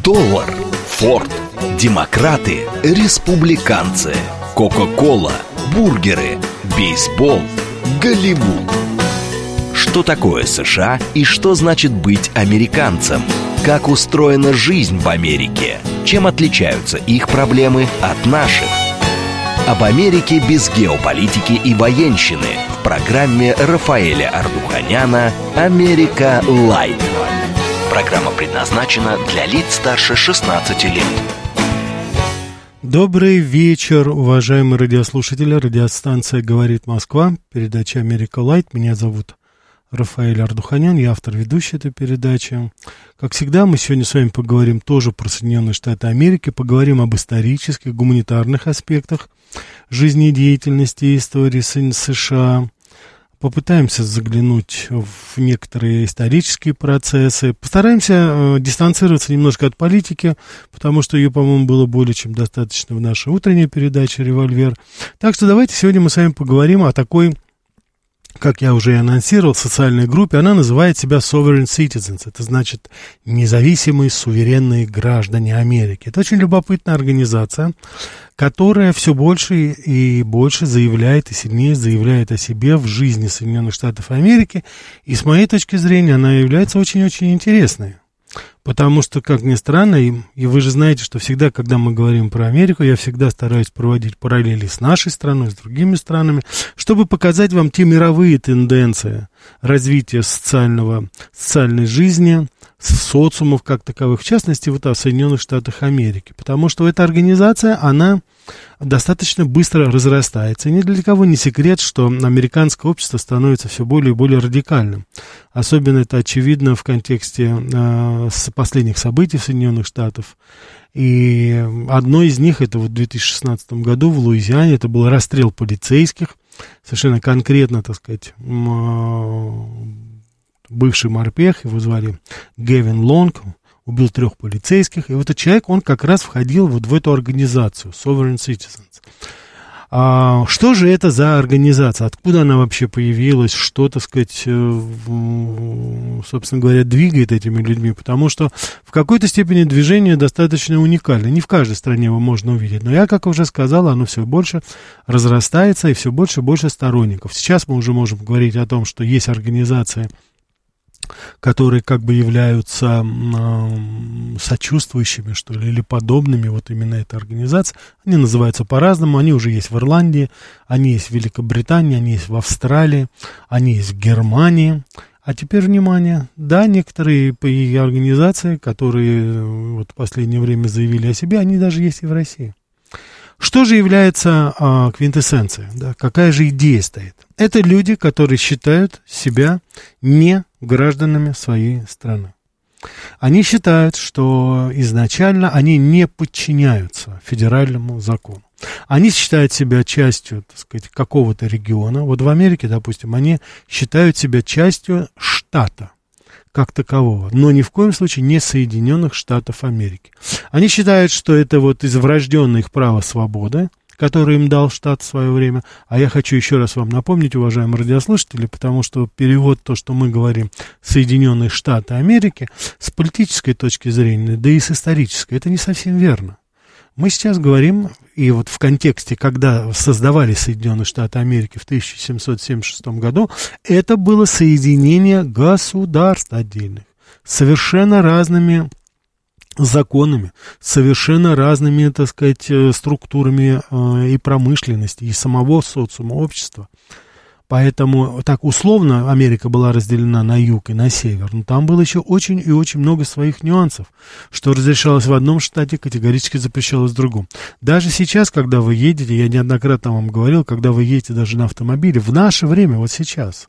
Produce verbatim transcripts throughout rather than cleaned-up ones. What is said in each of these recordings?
Доллар, Форд, демократы, республиканцы, Кока-кола, бургеры, бейсбол, Голливуд. Что такое США и что значит быть американцем? Как устроена жизнь в Америке? Чем отличаются их проблемы от наших? Об Америке без геополитики и военщины в программе Рафаэля Ардуханяна «Америка Лайт». Программа предназначена для лиц старше шестнадцати лет. Добрый вечер, уважаемые радиослушатели. Радиостанция «Говорит Москва», передача «Америка Лайт». Меня зовут Рафаэль Ардуханян, я автор, ведущий этой передачи. Как всегда, мы сегодня с вами поговорим тоже про Соединенные Штаты Америки, поговорим об исторических, гуманитарных аспектах жизнедеятельности и истории США. Попытаемся заглянуть в некоторые исторические процессы. Постараемся э, дистанцироваться немножко от политики, потому что ее, по-моему, было более чем достаточно в нашей утренней передаче «Револьвер». Так что давайте сегодня мы с вами поговорим о такой, как я уже и анонсировал, социальной группе. Она называет себя Sovereign Citizens. Это значит независимые, суверенные граждане Америки. Это очень любопытная организация, которая все больше и больше заявляет и сильнее заявляет о себе в жизни Соединенных Штатов Америки. И с моей точки зрения она является очень-очень интересной. Потому что, как ни странно, и, и вы же знаете, что всегда, когда мы говорим про Америку, я всегда стараюсь проводить параллели с нашей страной, с другими странами, чтобы показать вам те мировые тенденции развития социального, социальной жизни, социумов как таковых, в частности, вот в Соединенных Штатах Америки. Потому что эта организация, она достаточно быстро разрастается. И ни для кого не секрет, что американское общество становится все более и более радикальным. Особенно это очевидно в контексте э, последних событий в Соединенных Штатах. И одно из них, это вот в две тысячи шестнадцатом году в Луизиане, это был расстрел полицейских. Совершенно конкретно, так сказать, бывший морпех, его звали Гэвин Лонг, убил трех полицейских, и вот этот человек, он как раз входил вот в эту организацию, Sovereign Citizens. А, что же это за организация, откуда она вообще появилась, что, так сказать, собственно говоря, двигает этими людьми, потому что в какой-то степени движение достаточно уникально, не в каждой стране его можно увидеть, но я, как уже сказал, оно все больше разрастается, и все больше и больше сторонников. Сейчас мы уже можем говорить о том, что есть организации, которые как бы являются э, сочувствующими, что ли, или подобными вот именно этой организации. Они называются по-разному, они уже есть в Ирландии, они есть в Великобритании, они есть в Австралии, они есть в Германии. А теперь, внимание, да, некоторые организации, которые вот в последнее время заявили о себе, они даже есть и в России. Что же является а, квинтэссенцией? Да? Какая же идея стоит? Это люди, которые считают себя не гражданами своей страны. Они считают, что изначально они не подчиняются федеральному закону. Они считают себя частью, так сказать, какого-то региона. Вот в Америке, допустим, они считают себя частью штата как такового, но ни в коем случае не Соединенных Штатов Америки. Они считают, что это вот из врожденного их права свободы, которое им дал штат в свое время. А я хочу еще раз вам напомнить, уважаемые радиослушатели, потому что перевод, то, что мы говорим, Соединенные Штаты Америки, с политической точки зрения, да и с исторической, это не совсем верно. Мы сейчас говорим, и вот в контексте, когда создавались Соединенные Штаты Америки в тысяча семьсот семьдесят шестом году, это было соединение государств отдельных, совершенно разными законами, совершенно разными, так сказать, структурами э, и промышленности, и самого социума, общества. Поэтому так условно Америка была разделена на юг и на север, но там было еще очень и очень много своих нюансов. Что разрешалось в одном штате, категорически запрещалось в другом. Даже сейчас, когда вы едете, я неоднократно вам говорил, когда вы едете даже на автомобиле, в наше время, вот сейчас,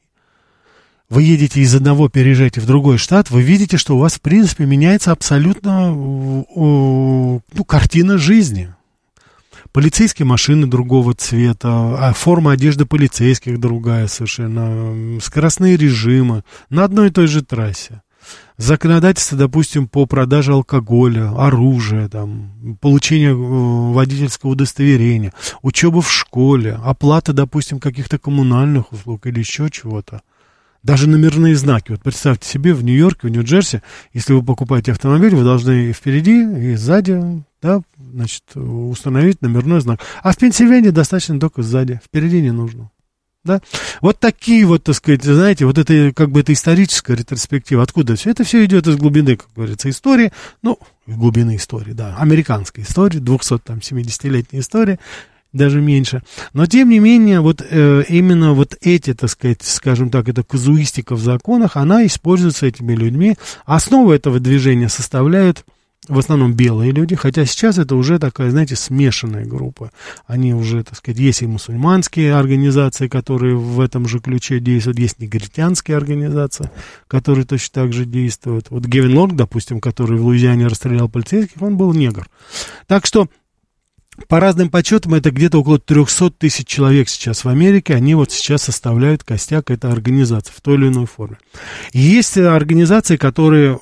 вы едете из одного, переезжаете в другой штат, вы видите, что у вас, в принципе, меняется абсолютно ну, картина жизни. Полицейские машины другого цвета, а форма одежды полицейских другая совершенно, скоростные режимы на одной и той же трассе. Законодательство, допустим, по продаже алкоголя, оружия, там, получение водительского удостоверения, учеба в школе, оплата, допустим, каких-то коммунальных услуг или еще чего-то. Даже номерные знаки. Вот представьте себе, в Нью-Йорке, в Нью-Джерси, если вы покупаете автомобиль, вы должны и впереди, и сзади, да, значит, установить номерной знак. А в Пенсильвании достаточно только сзади, впереди не нужно. Да? Вот такие вот, так сказать, знаете, вот это как бы это историческая ретроспектива. Откуда все? Это все идет из глубины, как говорится, истории. Ну, глубины истории, да, американской истории, двухсотсемидесятилетней истории. Даже меньше. Но, тем не менее, вот э, именно вот эти, так сказать, скажем так, это казуистика в законах, она используется этими людьми. Основу этого движения составляют в основном белые люди, хотя сейчас это уже такая, знаете, смешанная группа. Они уже, так сказать, есть и мусульманские организации, которые в этом же ключе действуют, есть негритянские организации, которые точно так же действуют. Вот Гевин Лонг, допустим, который в Луизиане расстрелял полицейских, он был негр. Так что по разным подсчетам, это где-то около триста тысяч человек сейчас в Америке, они вот сейчас составляют костяк этой организации в той или иной форме. И есть организации, которые,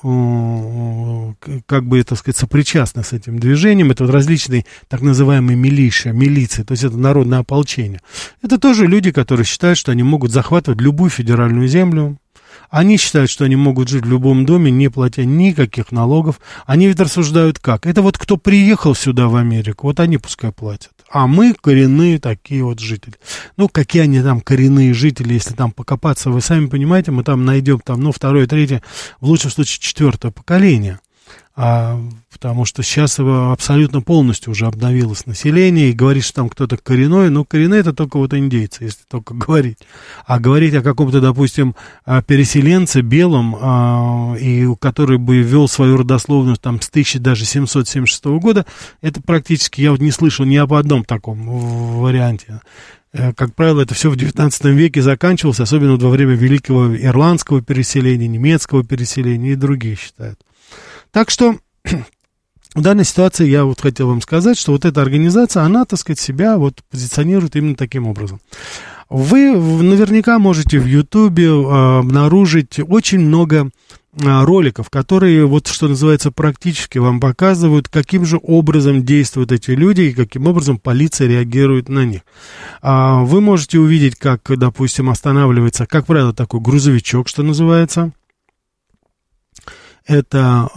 как бы, так сказать, сопричастны с этим движением, это вот различные так называемые милишия, милиции, то есть это народное ополчение. Это тоже люди, которые считают, что они могут захватывать любую федеральную землю. Они считают, что они могут жить в любом доме, не платя никаких налогов. Они ведь рассуждают как? Это вот кто приехал сюда, в Америку, вот они пускай платят. А мы коренные такие вот жители. Ну, какие они там коренные жители, если там покопаться, вы сами понимаете, мы там найдем там, ну, второе, третье, в лучшем случае четвертое поколение. А, потому что сейчас абсолютно полностью уже обновилось население, и говорит, что там кто-то коренной, ну, коренные это только вот индейцы, если только говорить. А говорить о каком-то, допустим, переселенце белом, а, и который бы вел свою родословную там с тысяча семьсот семьдесят шестого года, это практически, я вот не слышал ни об одном таком варианте. Как правило, это все в девятнадцатом веке заканчивалось, особенно во время великого ирландского переселения, немецкого переселения и другие считают. Так что в данной ситуации я вот хотел вам сказать, что вот эта организация, она, так сказать, себя вот позиционирует именно таким образом. Вы наверняка можете в Ютубе обнаружить очень много роликов, которые, вот что называется, практически вам показывают, каким же образом действуют эти люди и каким образом полиция реагирует на них. Вы можете увидеть, как, допустим, останавливается, как правило, такой грузовичок, что называется. Это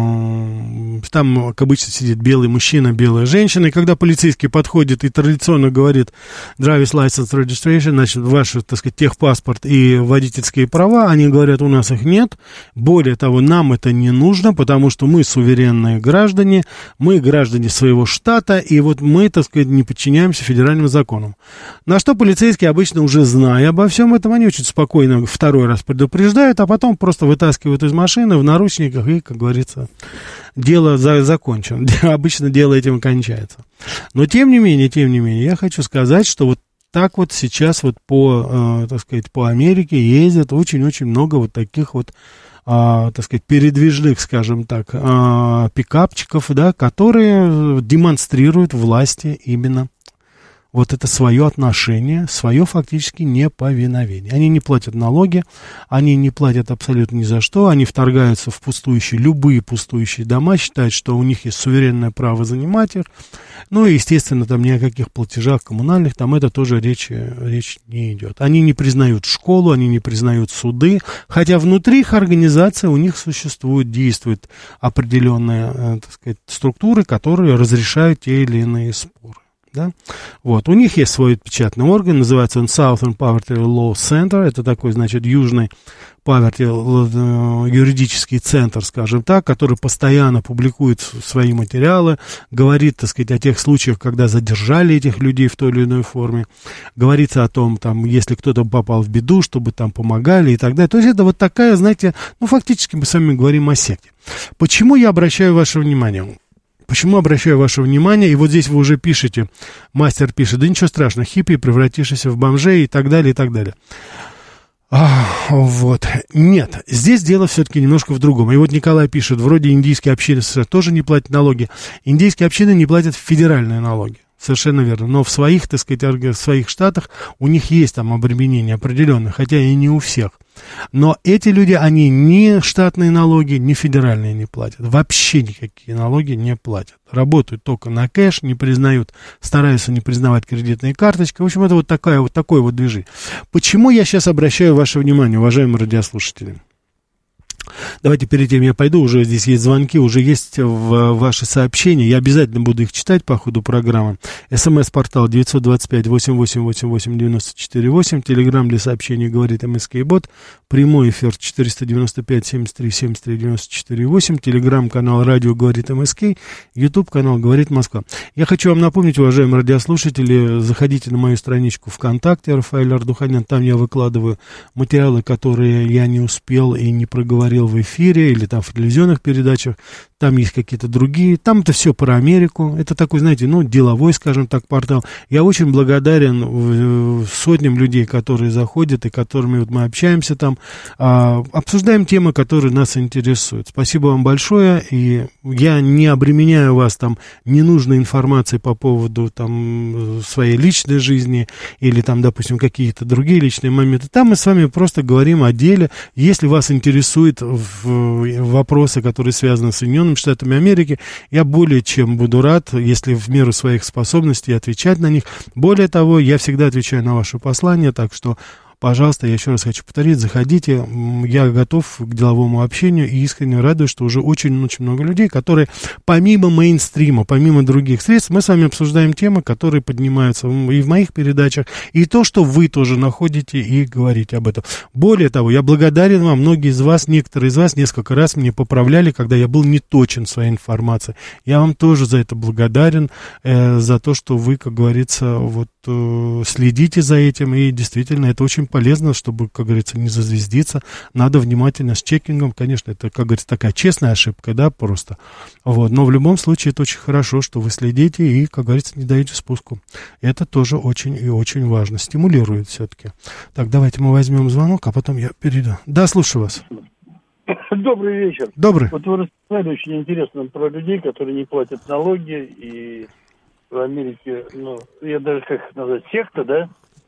э, там, как обычно, сидит белый мужчина, белая женщина, и когда полицейский подходит и традиционно говорит driver's license registration, значит, ваш, так сказать, техпаспорт и водительские права, они говорят, у нас их нет, более того, нам это не нужно, потому что мы суверенные граждане, мы граждане своего штата, и вот мы, так сказать, не подчиняемся федеральным законам. На что полицейские, обычно уже зная обо всем этом, они очень спокойно второй раз предупреждают, а потом просто вытаскивают из машины в наручниках, и, как говорится, дело за, закончено. Обычно дело этим кончается. Но, тем не менее, тем не менее, я хочу сказать, что вот так вот сейчас вот по, э, так сказать, по Америке ездят очень-очень много вот таких вот, э, так сказать, передвижных, скажем так, э, пикапчиков, да, которые демонстрируют власти именно вот это свое отношение, свое фактически неповиновение. Они не платят налоги, они не платят абсолютно ни за что, они вторгаются в пустующие, любые пустующие дома, считают, что у них есть суверенное право занимать их. Ну и, естественно, там ни о каких платежах коммунальных, там это тоже речь, речь не идет. Они не признают школу, они не признают суды, хотя внутри их организации у них существуют, действуют определенные, так сказать, структуры, которые разрешают те или иные споры. Да? Вот. У них есть свой печатный орган, называется он Southern Poverty Law Center, это такой, значит, южный Poverty юридический центр, скажем так, который постоянно публикует свои материалы, говорит, так сказать, о тех случаях, когда задержали этих людей в той или иной форме, говорится о том, там, если кто-то попал в беду, чтобы там помогали и так далее. То есть это вот такая, знаете, ну, фактически мы с вами говорим о секте. Почему я обращаю ваше внимание? Почему обращаю ваше внимание, и вот здесь вы уже пишете, мастер пишет, да ничего страшного, хиппи, превратившийся в бомжей и так далее, и так далее. А, вот. Нет, здесь дело все-таки немножко в другом. И вот Николай пишет, вроде индийские общины США тоже не платят налоги. Индийские общины не платят федеральные налоги. Совершенно верно. Но в своих, так сказать, в своих штатах у них есть там обременения определенные, хотя и не у всех. Но эти люди, они ни штатные налоги, ни федеральные не платят. Вообще никакие налоги не платят. Работают только на кэш, не признают, стараются не признавать кредитные карточки. В общем, это вот, такая, вот такое вот движение. Почему я сейчас обращаю ваше внимание, уважаемые радиослушатели? Давайте перед тем я пойду, уже здесь есть звонки, уже есть в ваши сообщения, я обязательно буду их читать по ходу программы. СМС-портал девять два пять восемь восемь восемь восемь девять четыре восемь, телеграмм для сообщений говорит МСК-бот, прямой эфир четыреста девяносто пять семьдесят три семьдесят три девяносто четыре восемь, телеграмм-канал радио говорит МСК, ютуб-канал говорит Москва. Я хочу вам напомнить, уважаемые радиослушатели, заходите на мою страничку ВКонтакте, Рафаэль Ардуханян, там я выкладываю материалы, которые я не успел и не проговорил в эфире или там в телевизионных передачах, там есть какие-то другие, там это все про Америку, это такой, знаете, ну, деловой, скажем так, портал. Я очень благодарен сотням людей, которые заходят и которыми вот мы общаемся там, а, обсуждаем темы, которые нас интересуют. Спасибо вам большое, и я не обременяю вас там ненужной информацией по поводу там своей личной жизни или там, допустим, какие-то другие личные моменты. Там мы с вами просто говорим о деле. Если вас интересует вопросы, которые связаны с Соединенными Штатами Америки, я более чем буду рад, если в меру своих способностей отвечать на них. Более того, я всегда отвечаю на ваши послания, так что, пожалуйста, я еще раз хочу повторить, заходите, я готов к деловому общению и искренне радуюсь, что уже очень-очень много людей, которые помимо мейнстрима, помимо других средств, мы с вами обсуждаем темы, которые поднимаются и в моих передачах, и то, что вы тоже находите и говорите об этом. Более того, я благодарен вам, многие из вас, некоторые из вас несколько раз мне поправляли, когда я был неточен в своей информации. Я вам тоже за это благодарен, э, за то, что вы, как говорится, вот э, следите за этим, и действительно это очень полезно, чтобы, как говорится, не зазвездиться. Надо внимательно с чекингом. Конечно, это, как говорится, такая честная ошибка, да, просто. Вот. Но в любом случае это очень хорошо, что вы следите и, как говорится, не даете спуску. Это тоже очень и очень важно. Стимулирует все-таки. Так, давайте мы возьмем звонок, а потом я перейду. Да, слушаю вас. Добрый вечер. Добрый. Вот вы рассказали очень интересно про людей, которые не платят налоги, и в Америке, ну, я даже как назвать, секта, да?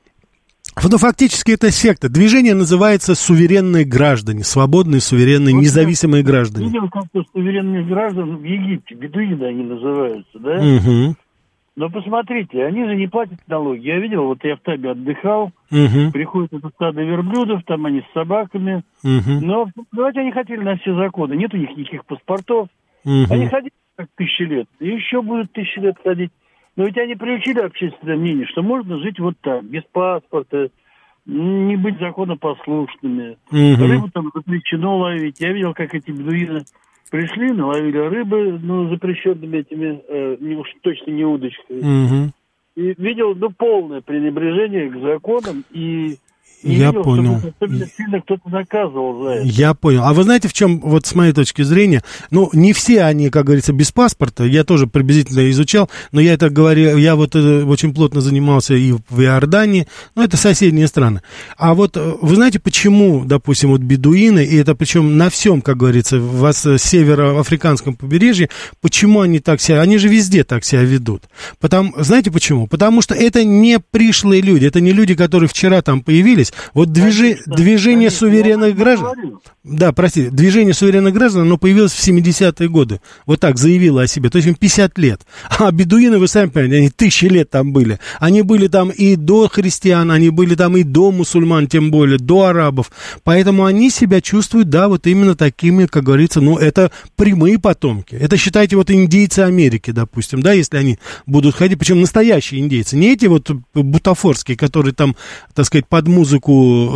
Ну, фактически это секта. Движение называется «Суверенные граждане», свободные, суверенные, вот независимые граждане. Видел как-то суверенных граждан в Египте, бедуины они называются, да? Угу. Но посмотрите, они же не платят налоги. Я видел, вот я в Табе отдыхал, угу. приходит это стадо верблюдов, там они с собаками. Угу. Но, давайте, они хотели на все законы, нет у них никаких паспортов. Угу. Они ходили как тысячи лет, и еще будут тысячи лет ходить. Но ведь они приучили общественное мнение, что можно жить вот так, без паспорта, не быть законопослушными. Угу. Рыбу там запрещено ловить. Я видел, как эти бедуины пришли, наловили рыбы, ну, запрещенными этими, э, не, уж точно не удочками. Угу. И видел, ну, полное пренебрежение к законам, и не я видел, понял. чтобы особенно сильно кто-то наказывал за это. Я понял. А вы знаете, в чем, вот с моей точки зрения, ну, не все они, как говорится, без паспорта, я тоже приблизительно изучал, но я это говорю, я вот э, очень плотно занимался и в Иордании, ну, это соседние страны. А вот вы знаете, почему, допустим, вот бедуины, и это причем на всем, как говорится, у вас североафриканском побережье, почему они так себя, они же везде так себя ведут. Потому, знаете почему? Потому что это не пришлые люди, это не люди, которые вчера там появились. Вот движи, конечно, движение конечно, суверенных граждан, да, простите, движение суверенных граждан, оно появилось в семидесятые годы, вот так заявило о себе, то есть им пятьдесят лет, а бедуины, вы сами понимаете, они тысячи лет там были, они были там и до христиан, они были там и до мусульман, тем более, до арабов, поэтому они себя чувствуют, да, вот именно такими, как говорится, ну, это прямые потомки, это, считайте, вот индейцы Америки, допустим, да, если они будут ходить, причем настоящие индейцы, не эти вот бутафорские, которые там, так сказать, под музыку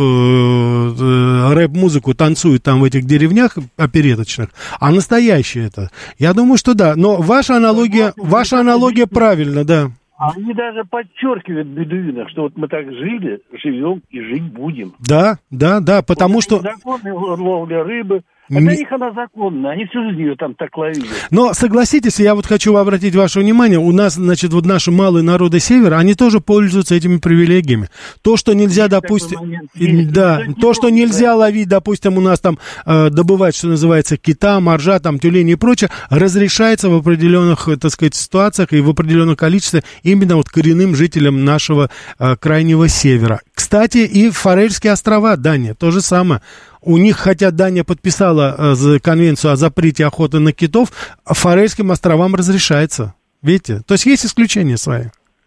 Э, э, рэп-музыку танцуют там в этих деревнях опереточных, а настоящие это. Я думаю, что да. Но ваша аналогия, ваша аналогия правильна, да. Они даже подчеркивают бедуинах, что вот мы так жили, живем и жить будем. Да, да, да, потому вот что... Законы ловли рыбы. А для них она законная, они всю жизнь ее там так ловили. Но согласитесь, я вот хочу обратить ваше внимание, у нас, значит, вот наши малые народы Севера, они тоже пользуются этими привилегиями. То, что нельзя, есть допустим, есть, да, то, что нельзя ловить, допустим, у нас там э, добывать, что называется, кита, моржа, там, тюлени и прочее, разрешается в определенных, так сказать, ситуациях и в определенном количестве именно вот коренным жителям нашего э, крайнего Севера. Кстати, и Фарерские острова, Дания, то же самое. У них, хотя Дания подписала э, конвенцию о запрете охоты на китов, Фарерским островам разрешается. Видите? То есть есть исключения свои.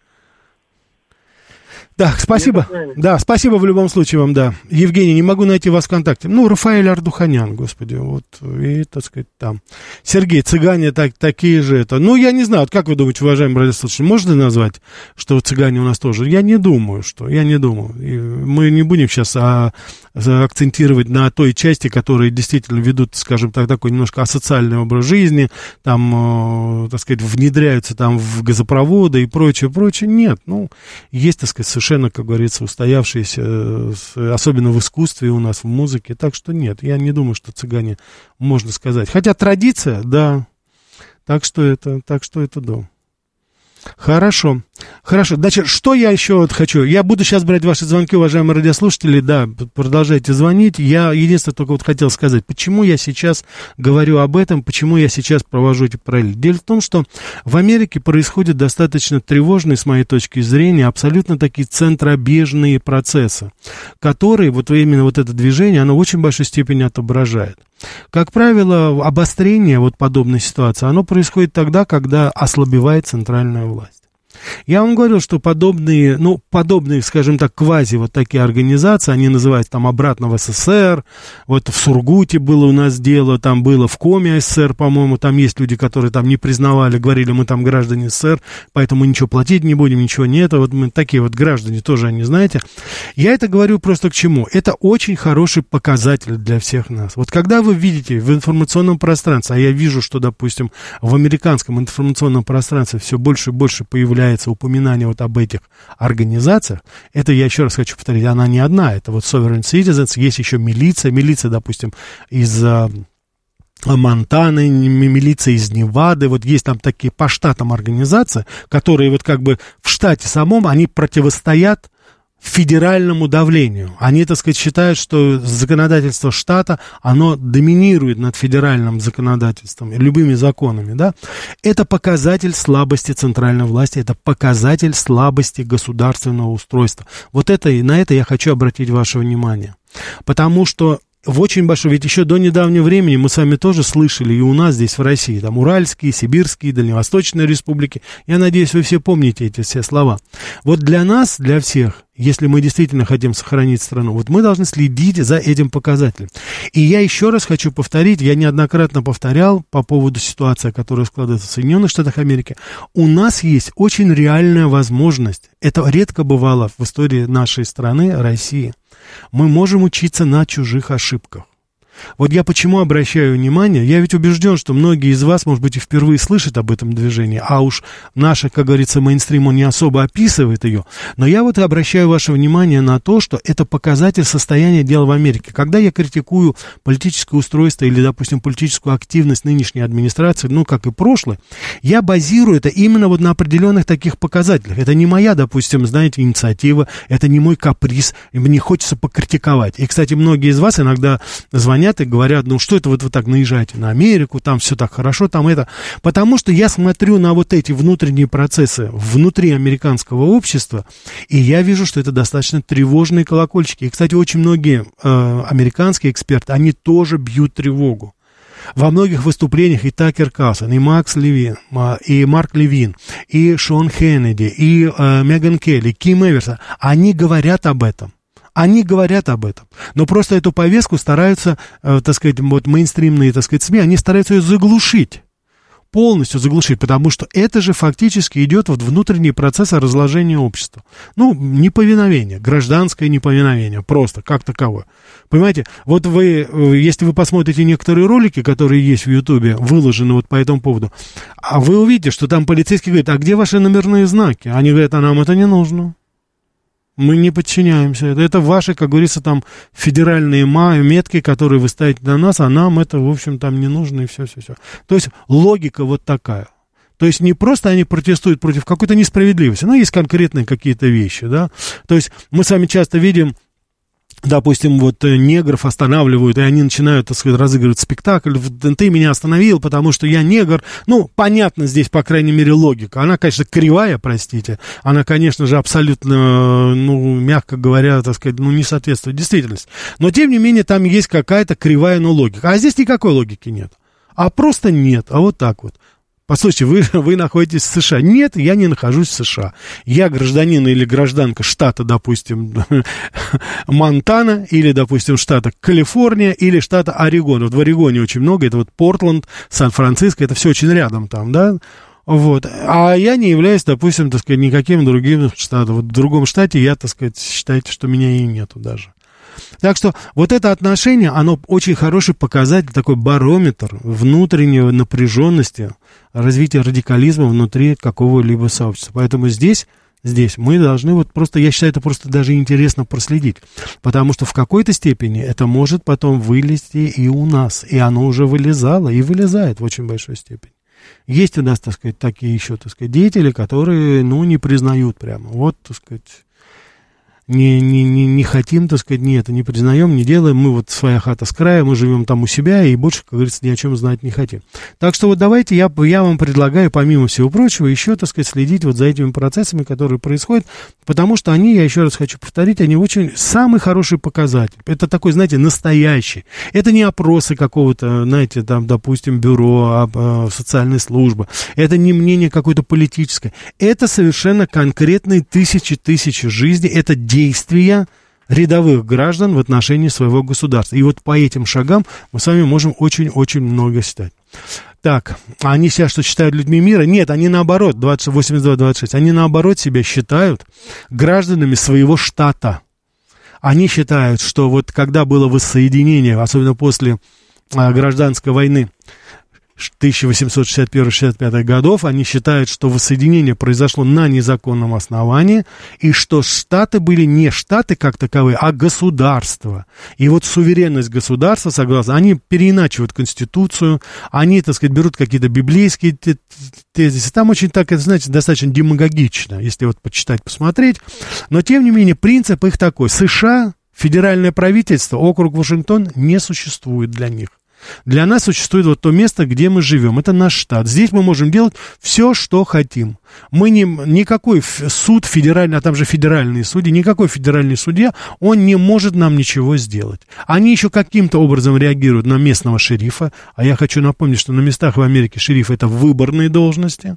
Да, спасибо. Да, спасибо в любом случае вам, да. Евгений, не могу найти вас ВКонтакте. Ну, Рафаэль Ардуханян, господи, вот, и, так сказать, там. Сергей, цыгане так, такие же это. Ну, я не знаю, вот как вы думаете, уважаемые радиослушатели, можно назвать, что цыгане у нас тоже? Я не думаю, что, я не думаю. И мы не будем сейчас а, акцентировать на той части, которые действительно ведут, скажем так, такой немножко асоциальный образ жизни, там, э, так сказать, внедряются там в газопроводы и прочее, прочее. Нет, ну, есть, так сказать, совершенно, как говорится, устоявшиеся, особенно в искусстве у нас, в музыке. Так что нет, я не думаю, что цыгане, можно сказать. Хотя традиция, да, так что это, так что это да. Хорошо, хорошо. Значит, что я еще вот хочу? Я буду сейчас брать ваши звонки, уважаемые радиослушатели. Да, продолжайте звонить. Я единственное только вот хотел сказать, почему я сейчас говорю об этом, почему я сейчас провожу эти параллели. Дело в том, что в Америке происходят достаточно тревожные, с моей точки зрения, абсолютно такие центробежные процессы, которые вот именно вот это движение, оно в очень большой степени отображает. Как правило, обострение вот подобной ситуации, оно происходит тогда, когда ослабевает центральная власть. Я вам говорил, что подобные, ну, подобные, скажем так, квази вот такие организации, они называются там обратно в СССР, вот в Сургуте было у нас дело, там было в Коме СССР, по-моему, там есть люди, которые там не признавали, говорили, мы там граждане СССР, поэтому ничего платить не будем, ничего нет, вот мы такие вот граждане тоже, они, знаете. Я это говорю просто к чему? Это очень хороший показатель для всех нас. Вот когда вы видите в информационном пространстве, а я вижу, что, допустим, в американском информационном пространстве все больше и больше появляется упоминание вот об этих организациях, это, я еще раз хочу повторить, она не одна, это вот Sovereign Citizens, есть еще милиция, милиция, допустим, из Монтаны, милиция из Невады, вот есть там такие по штатам организации, которые вот как бы в штате самом, они противостоят федеральному давлению. Они, так сказать, считают, что законодательство штата, оно доминирует над федеральным законодательством, любыми законами, да. Это показатель слабости центральной власти, это показатель слабости государственного устройства. Вот это, и на это я хочу обратить ваше внимание. Потому что в очень большой, ведь еще до недавнего времени мы с вами тоже слышали, и у нас здесь в России, там Уральские, Сибирские, Дальневосточные республики, я надеюсь, вы все помните эти все слова. Вот для нас, для всех, если мы действительно хотим сохранить страну, вот мы должны следить за этим показателем. И я еще раз хочу повторить, я неоднократно повторял по поводу ситуации, которая складывается в Соединенных Штатах Америки, у нас есть очень реальная возможность, это редко бывало в истории нашей страны, России, мы можем учиться на чужих ошибках. Вот я почему обращаю внимание, я ведь убежден, что многие из вас, может быть, и впервые слышат об этом движении, а уж наше, как говорится, мейнстрим, он не особо описывает ее, но я вот и обращаю ваше внимание на то, что это показатель состояния дел в Америке. Когда я критикую политическое устройство или, допустим, политическую активность нынешней администрации, ну, как и прошлой, я базирую это именно вот на определенных таких показателях. Это не моя, допустим, знаете, инициатива, это не мой каприз, мне хочется покритиковать. И, кстати, многие из вас иногда звонят и говорят, ну что это вот вы так наезжаете на Америку, там все так хорошо, там это. Потому что я смотрю на вот эти внутренние процессы внутри американского общества, и я вижу, что это достаточно тревожные колокольчики. И, кстати, очень многие э, американские эксперты, они тоже бьют тревогу. Во многих выступлениях и Такер Карлсон, и Макс Левин, и Марк Левин, и Шон Хеннеди, и э, Меган Келли, Ким Эверсон, они говорят об этом. Они говорят об этом, но просто эту повестку стараются, э, так сказать, вот мейнстримные, так сказать, СМИ, они стараются ее заглушить, полностью заглушить, потому что это же фактически идет вот внутренний процесс разложения общества. Ну, неповиновение, гражданское неповиновение, просто как таковое. Понимаете, вот вы, если вы посмотрите некоторые ролики, которые есть в Ютубе, выложены вот по этому поводу, а вы увидите, что там полицейский говорит, а где ваши номерные знаки? Они говорят, а нам это не нужно. Мы не подчиняемся. Это ваши, как говорится, там федеральные метки, которые вы ставите на нас, а нам это, в общем, там не нужно, и все-все-все. То есть логика вот такая. То есть не просто они протестуют против какой-то несправедливости, но есть конкретные какие-то вещи, да. То есть мы с вами часто видим допустим, вот негров останавливают, и они начинают, так сказать, разыгрывать спектакль. Ты меня остановил, потому что я негр. Ну, понятно здесь, по крайней мере, логика. Она, конечно, кривая, простите. Она, конечно же, абсолютно, ну, мягко говоря, так сказать, ну, не соответствует действительности. Но, тем не менее, там есть какая-то кривая, но логика. А здесь никакой логики нет. А просто нет. А вот так вот. Послушайте, вы, вы находитесь в США. Нет, я не нахожусь в США. Я гражданин или гражданка штата, допустим, Монтана, или, допустим, штата Калифорния, или штата Орегон. Вот в Орегоне очень много, это вот Портленд, Сан-Франциско, это все очень рядом там, да? Вот. А я не являюсь, допустим, так сказать, никаким другим штатом. Вот в другом штате я, так сказать, считайте, что меня и нету даже. Так что вот это отношение, оно очень хороший показатель, такой барометр внутренней напряженности, развития радикализма внутри какого-либо сообщества. Поэтому здесь, здесь мы должны вот просто, я считаю, это просто даже интересно проследить, потому что в какой-то степени это может потом вылезти и у нас, и оно уже вылезало и вылезает в очень большой степени. Есть у нас, так сказать, такие еще, так сказать, деятели, которые, ну, не признают прямо, вот, так сказать... Не, не, не, не хотим, так сказать, не это, не признаем, не делаем, мы вот своя хата с края, мы живем там у себя и больше, как говорится, ни о чем знать не хотим. Так что вот давайте я, я вам предлагаю, помимо всего прочего, еще, так сказать, следить вот за этими процессами, которые происходят, потому что они, я еще раз хочу повторить, они очень, самый хороший показатель. Это такой, знаете, настоящий. Это не опросы какого-то, знаете, там, допустим, бюро, а, социальной службы. Это не мнение какое-то политическое. Это совершенно конкретные тысячи-тысячи жизней, это действия рядовых граждан в отношении своего государства. И вот по этим шагам мы с вами можем очень-очень много считать. Так, они себя что, считают людьми мира? Нет, они наоборот, восемьдесят два двадцать шесть, они наоборот себя считают гражданами своего штата. Они считают, что вот когда было воссоединение, особенно после а, гражданской войны, тысяча восемьсот шестьдесят первый — шестьдесят пятый годов, они считают, что воссоединение произошло на незаконном основании, и что штаты были не штаты как таковые, а государства. И вот суверенность государства, согласно, они переиначивают Конституцию, они, так сказать, берут какие-то библейские тезисы. Там очень так, это, знаете, достаточно демагогично, если вот почитать, посмотреть. Но, тем не менее, принцип их такой. США, федеральное правительство, округ Вашингтон не существует для них. Для нас существует вот то место, где мы живем. Это наш штат. Здесь мы можем делать все, что хотим. Мы не, никакой суд федеральный, а там же федеральные судьи, никакой федеральный судья, он не может нам ничего сделать. Они еще каким-то образом реагируют на местного шерифа. А я хочу напомнить, что на местах в Америке шериф — это выборные должности.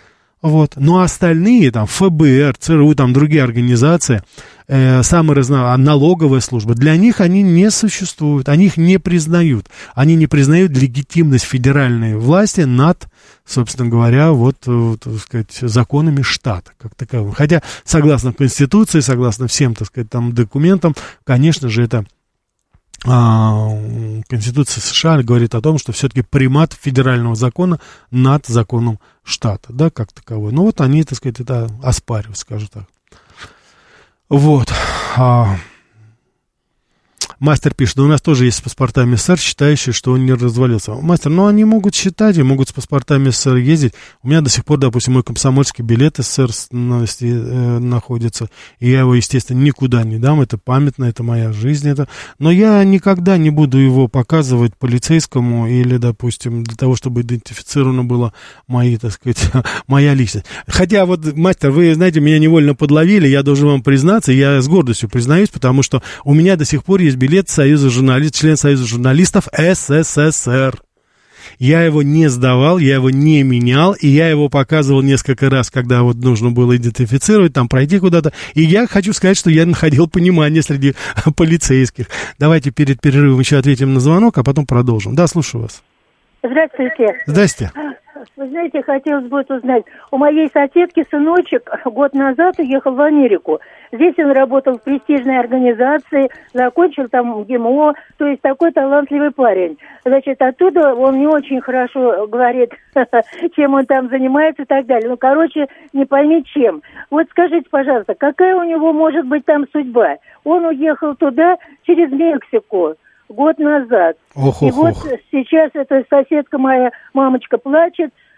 Вот. Но остальные, там, эф бэ эр, цэ эр у, там, другие организации, э, самые разно... налоговая служба, для них они не существуют, они их не признают. Они не признают легитимность федеральной власти над, собственно говоря, вот, вот, так сказать, законами штата, как таковым. Хотя, согласно Конституции, согласно всем, так сказать, там, документам, конечно же, это... Конституция США говорит о том, что все-таки примат федерального закона над законом штата, да, как таковой. Ну, вот они, так сказать, это оспаривают, скажу так. Вот. Мастер пишет, да у нас тоже есть с паспортами СССР, считающие, что он не развалился. Мастер, ну они могут считать и могут с паспортами СССР ездить. У меня до сих пор, допустим, мой комсомольский билет СССР э, находится, и я его, естественно, никуда не дам, это памятно, это моя жизнь, это. Но я никогда не буду его показывать полицейскому или, допустим, для того, чтобы идентифицировано было мои, так сказать, моя личность. Хотя вот, мастер, вы, знаете, меня невольно подловили, я должен вам признаться, я с гордостью признаюсь, потому что у меня до сих пор есть билет Союза журналистов, член Союза журналистов СССР. Я его не сдавал, я его не менял, и я его показывал несколько раз, когда вот нужно было идентифицировать, там пройти куда-то. И я хочу сказать, что я находил понимание среди полицейских. Давайте перед перерывом еще ответим на звонок, а потом продолжим. Да, слушаю вас. Здравствуйте. Здрасте. Вы знаете, хотелось бы узнать, у моей соседки сыночек год назад уехал в Америку. Здесь он работал в престижной организации, закончил там ГИМО, то есть такой талантливый парень. Значит, оттуда он не очень хорошо говорит, чем он там занимается и так далее. Ну, короче, не пойми чем. Вот скажите, пожалуйста, какая у него может быть там судьба? Он уехал туда через Мексику год назад. Ох, и ох, вот ох. сейчас эта соседка моя, мамочка, плачет,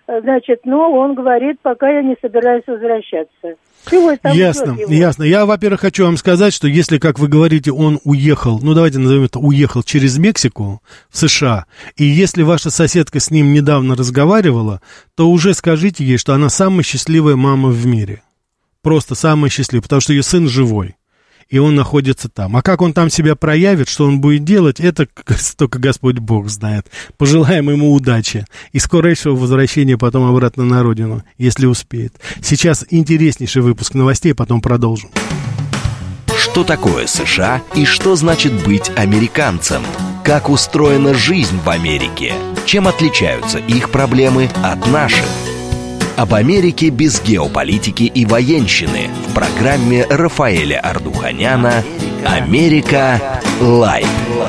Значит, но он говорит, пока я не собираюсь возвращаться. Ясно, ясно. Я, во-первых, хочу вам сказать, что если, как вы говорите, он уехал, ну, давайте назовем это, уехал через Мексику в США, и если ваша соседка с ним недавно разговаривала, то уже скажите ей, что она самая счастливая мама в мире. Просто самая счастливая, потому что ее сын живой, и он находится там. А как он там себя проявит, что он будет делать, это, как говорится, только Господь Бог знает. Пожелаем ему удачи и скорейшего возвращения потом обратно на родину, если успеет. Сейчас интереснейший выпуск новостей, потом продолжим. Что такое США и что значит быть американцем? Как устроена жизнь в Америке? Чем отличаются их проблемы от наших? Об Америке без геополитики и военщины в программе Рафаэля Ардуханяна «Америка Лайт».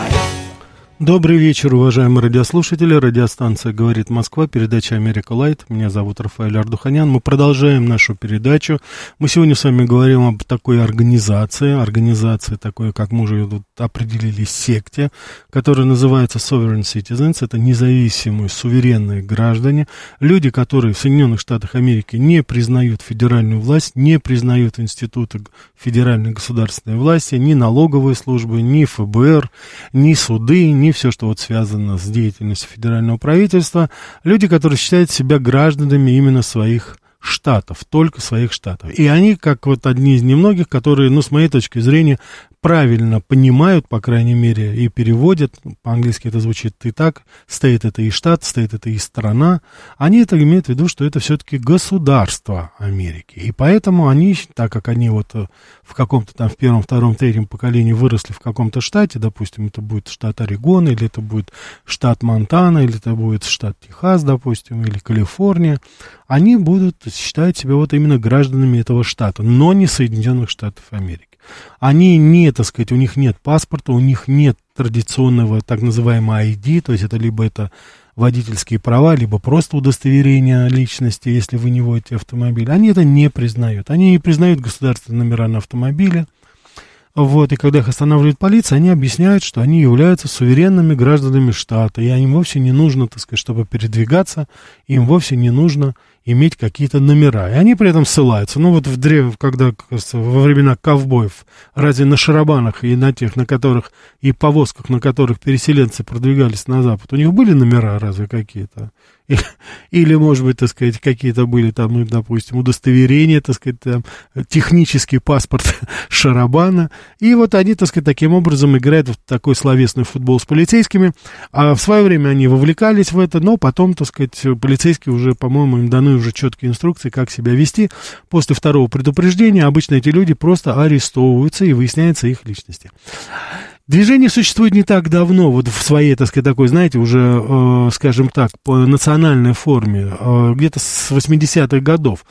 Добрый вечер, уважаемые радиослушатели. Радиостанция «Говорит Москва», передача «Америка Лайт». Меня зовут Рафаэль Ардуханян. Мы продолжаем нашу передачу. Мы сегодня с вами говорим об такой организации, организации такой, как мы уже тут определили, секте, которая называется Sovereign Citizens. Это независимые, суверенные граждане. Люди, которые в Соединенных Штатах Америки не признают федеральную власть, не признают институты федеральной государственной власти, ни налоговые службы, ни эф бэ эр, ни суды, ни все, что вот связано с деятельностью федерального правительства, люди, которые считают себя гражданами именно своих штатов, только своих штатов. И они, как вот одни из немногих, которые, ну, с моей точки зрения, правильно понимают, по крайней мере, и переводят, по-английски это звучит и так, стоит это и штат, стоит это и страна, они это имеют в виду, что это все-таки государство Америки. И поэтому они, так как они вот в каком-то там в первом, втором, третьем поколении выросли в каком-то штате, допустим, это будет штат Орегон, или это будет штат Монтана, или это будет штат Техас, допустим, или Калифорния, они будут считать себя вот именно гражданами этого штата, но не Соединенных Штатов Америки. Они не, так сказать, у них нет паспорта, у них нет традиционного так называемого ай ди, то есть это либо это водительские права, либо просто удостоверение личности, если вы не водите автомобиль. Они это не признают. Они не признают государственные номера на автомобиле. Вот, и когда их останавливает полиция, они объясняют, что они являются суверенными гражданами штата, и им вовсе не нужно, так сказать, чтобы передвигаться, им вовсе не нужно иметь какие-то номера. И они при этом ссылаются. Ну, вот в древ... когда, кажется, во времена ковбоев, разве на шарабанах и на тех, на которых, и повозках, на которых переселенцы продвигались на запад, у них были номера разве какие-то? Или, может быть, так сказать, какие-то были там, ну, допустим, удостоверения, так сказать, там, технический паспорт шарабана. И вот они, так сказать, таким образом играют в такой словесный футбол с полицейскими. А в свое время они вовлекались в это, но потом, так сказать, полицейские уже, по-моему, им даны уже четкие инструкции, как себя вести. После второго предупреждения обычно эти люди просто арестовываются и выясняется их личности. Движение существует не так давно, вот в своей, так сказать, такой, знаете, уже, э, скажем так, по национальной форме, э, где-то с восьмидесятых годов.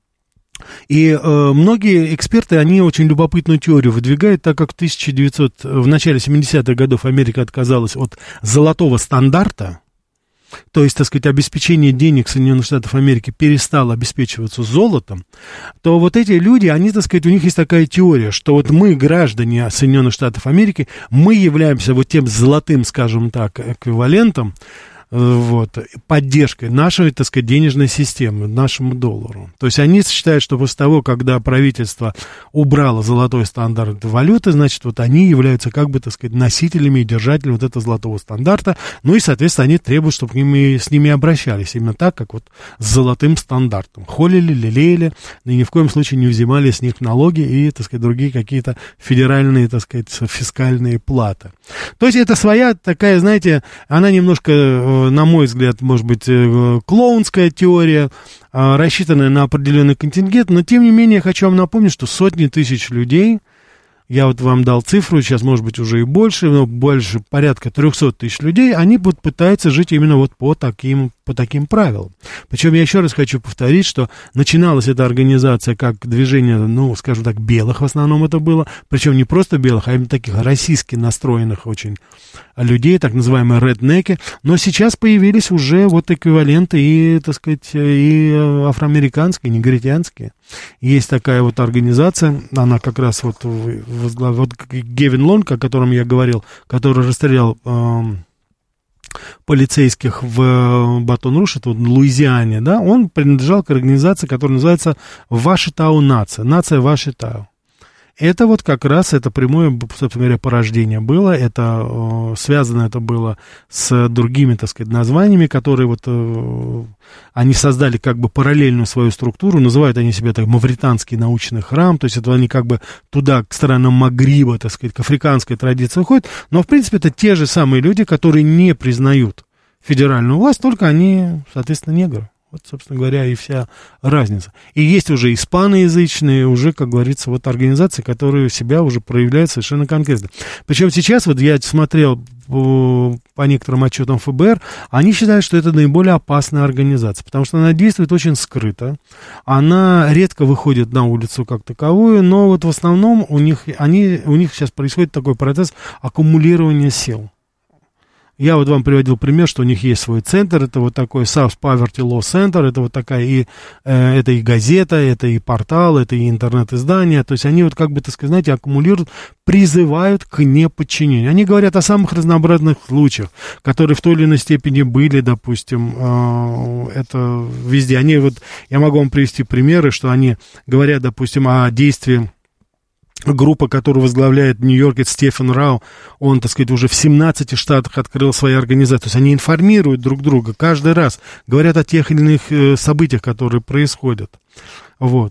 И э, многие эксперты, они очень любопытную теорию выдвигают, так как в тысяча девятисотом, в начале семидесятых годов Америка отказалась от золотого стандарта, то есть, так сказать, обеспечение денег Соединенных Штатов Америки перестало обеспечиваться золотом, то вот эти люди, они, так сказать, у них есть такая теория, что вот мы, граждане Соединенных Штатов Америки, мы являемся вот тем золотым, скажем так, эквивалентом, вот, поддержкой нашей, так сказать, денежной системы, нашему доллару. То есть они считают, что после того, когда правительство убрало золотой стандарт валюты, значит, вот они являются, как бы, так сказать, носителями и держателями вот этого золотого стандарта, ну и, соответственно, они требуют, чтобы к ним и, с ними обращались именно так, как вот с золотым стандартом. Холили, лелеяли, и ни в коем случае не взимали с них налоги и, так сказать, другие какие-то федеральные, так сказать, фискальные платы. То есть это своя такая, знаете, она немножко, на мой взгляд, может быть, клоунская теория, рассчитанная на определенный контингент, но, тем не менее, я хочу вам напомнить, что сотни тысяч людей, я вот вам дал цифру, сейчас, может быть, уже и больше, но больше, порядка триста тысяч людей, они будут пытаться жить именно вот по таким, по таким правилам. Причем я еще раз хочу повторить, что начиналась эта организация как движение, ну, скажем так, белых в основном это было, причем не просто белых, а именно таких российски настроенных очень людей, так называемые реднеки, но сейчас появились уже вот эквиваленты и, так сказать, и афроамериканские, и негритянские. Есть такая вот организация, она как раз вот, возглав... вот Гевин Лонг, о котором я говорил, который расстрелял э, полицейских в Батон-Руш, это в Луизиане, да, он принадлежал к организации, которая называется Вашитау Нация, нация Вашитау. Это вот как раз, это прямое, собственно говоря, порождение было, это э, связано это было с другими, так сказать, названиями, которые вот, э, они создали как бы параллельную свою структуру, называют они себя так Мавританский научный храм, то есть это они как бы туда, к странам Магриба, так сказать, к африканской традиции уходят, но в принципе это те же самые люди, которые не признают федеральную власть, только они, соответственно, негры. Вот, собственно говоря, и вся разница. И есть уже испаноязычные, уже, как говорится, вот организации, которые себя уже проявляют совершенно конкретно. Причем сейчас, вот я смотрел по, по некоторым отчетам эф бэ эр, они считают, что это наиболее опасная организация, потому что она действует очень скрыто, она редко выходит на улицу как таковую, но вот в основном у них, они, у них сейчас происходит такой процесс аккумулирования сил. Я вот вам приводил пример, что у них есть свой центр, это вот такой South Poverty Law Center, это вот такая и, э, это и газета, это и портал, это и интернет-издание, то есть они вот как бы, так сказать, знаете, аккумулируют, призывают к неподчинению. Они говорят о самых разнообразных случаях, которые в той или иной степени были, допустим, э, это везде. Они вот, я могу вам привести примеры, что они говорят, допустим, о действии группа, которую возглавляет в Нью-Йорке Стефен Рау, он, так сказать, уже в семнадцати штатах открыл свои организации. То есть они информируют друг друга каждый раз, говорят о тех или иных э, событиях, которые происходят. Вот.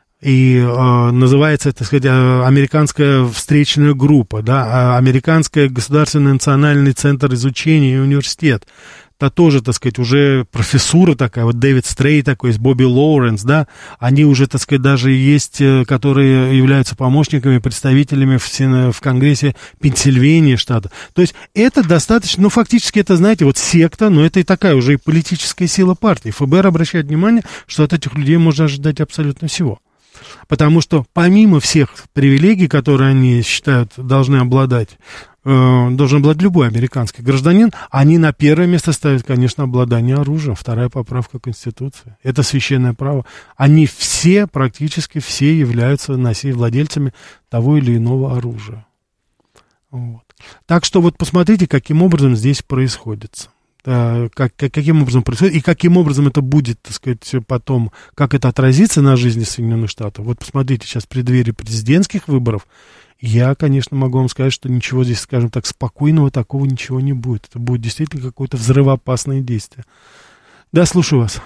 И э, называется, так сказать, американская встречная группа, да, американская государственный национальный центр изучения и университет. Это тоже, так сказать, уже профессура такая, вот Дэвид Стрей такой, есть Бобби Лоуренс, да, они уже, так сказать, даже есть, которые являются помощниками, представителями в, Сен... в Конгрессе Пенсильвании штата. То есть это достаточно, ну, фактически это, знаете, вот секта, но это и такая уже и политическая сила партии. эф бэ эр обращает внимание, что от этих людей можно ожидать абсолютно всего. Потому что помимо всех привилегий, которые они считают должны обладать, э, должен обладать любой американский гражданин, они на первое место ставят, конечно, обладание оружием. Вторая поправка Конституции. Это священное право. Они все, практически все являются носителями, владельцами того или иного оружия. Вот. Так что вот посмотрите, каким образом здесь происходит. Как, как, каким образом происходит, и каким образом это будет, так сказать, потом, как это отразится на жизни Соединенных Штатов. Вот посмотрите, сейчас в преддверии президентских выборов, я, конечно, могу вам сказать, что ничего здесь, скажем так, спокойного такого ничего не будет. Это будет действительно какое-то взрывоопасное действие. Да, слушаю вас.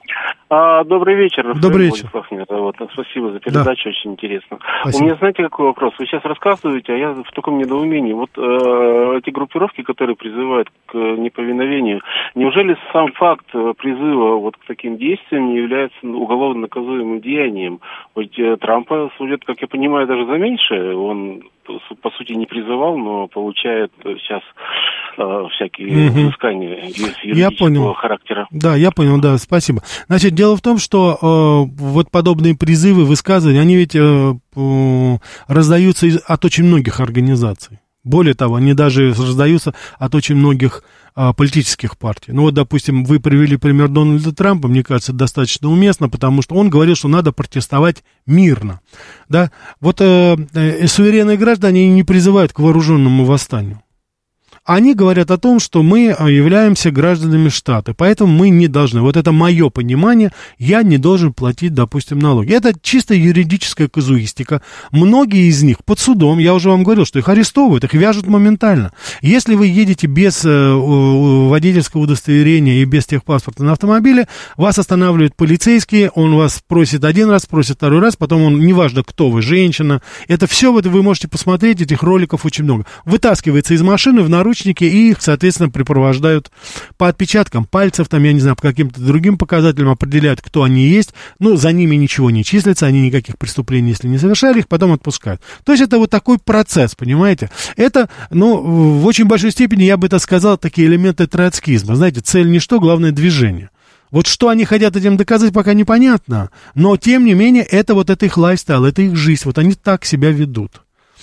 А, добрый вечер. Добрый вечер. Вот, спасибо за передачу, да. Очень интересно. Спасибо. У меня, знаете, какой вопрос? Вы сейчас рассказываете, а я в таком недоумении. Вот э, эти группировки, которые призывают к неповиновению, неужели сам факт призыва вот к таким действиям не является уголовно наказуемым деянием? Ведь э, Трампа судят, как я понимаю, даже за меньшее. Он, по сути, не призывал, но получает сейчас э, всякие угу. взыскания юридического характера. Да, я понял, да, спасибо. Значит, дело в том, что э, вот подобные призывы, высказывания, они ведь э, э, раздаются из, от очень многих организаций. Более того, они даже раздаются от очень многих э, политических партий. Ну вот, допустим, вы привели пример Дональда Трампа, мне кажется, достаточно уместно, потому что он говорил, что надо протестовать мирно. Да? Вот э, э, суверенные граждане не призывают к вооруженному восстанию. Они говорят о том, что мы являемся гражданами штата, поэтому мы не должны. Вот это мое понимание, я не должен платить, допустим, налоги. Это чисто юридическая казуистика. Многие из них под судом, я уже вам говорил, что их арестовывают, их вяжут моментально. Если вы едете без э, водительского удостоверения и без техпаспорта на автомобиле, вас останавливают полицейские, он вас просит один раз, просит второй раз, потом он, неважно, кто вы, женщина, это все вот вы можете посмотреть, этих роликов очень много. Вытаскивается из машины в наручники, и их, соответственно, припровождают по отпечаткам пальцев, там, я не знаю, по каким-то другим показателям определяют, кто они есть, но за ними ничего не числится, они никаких преступлений, если не совершали, их потом отпускают. То есть это вот такой процесс, понимаете? Это, ну, в очень большой степени, я бы это сказал, такие элементы троцкизма. Знаете, цель ничто, главное движение. Вот что они хотят этим доказать, пока непонятно, но, тем не менее, это вот это их лайфстайл, это их жизнь, вот они так себя ведут.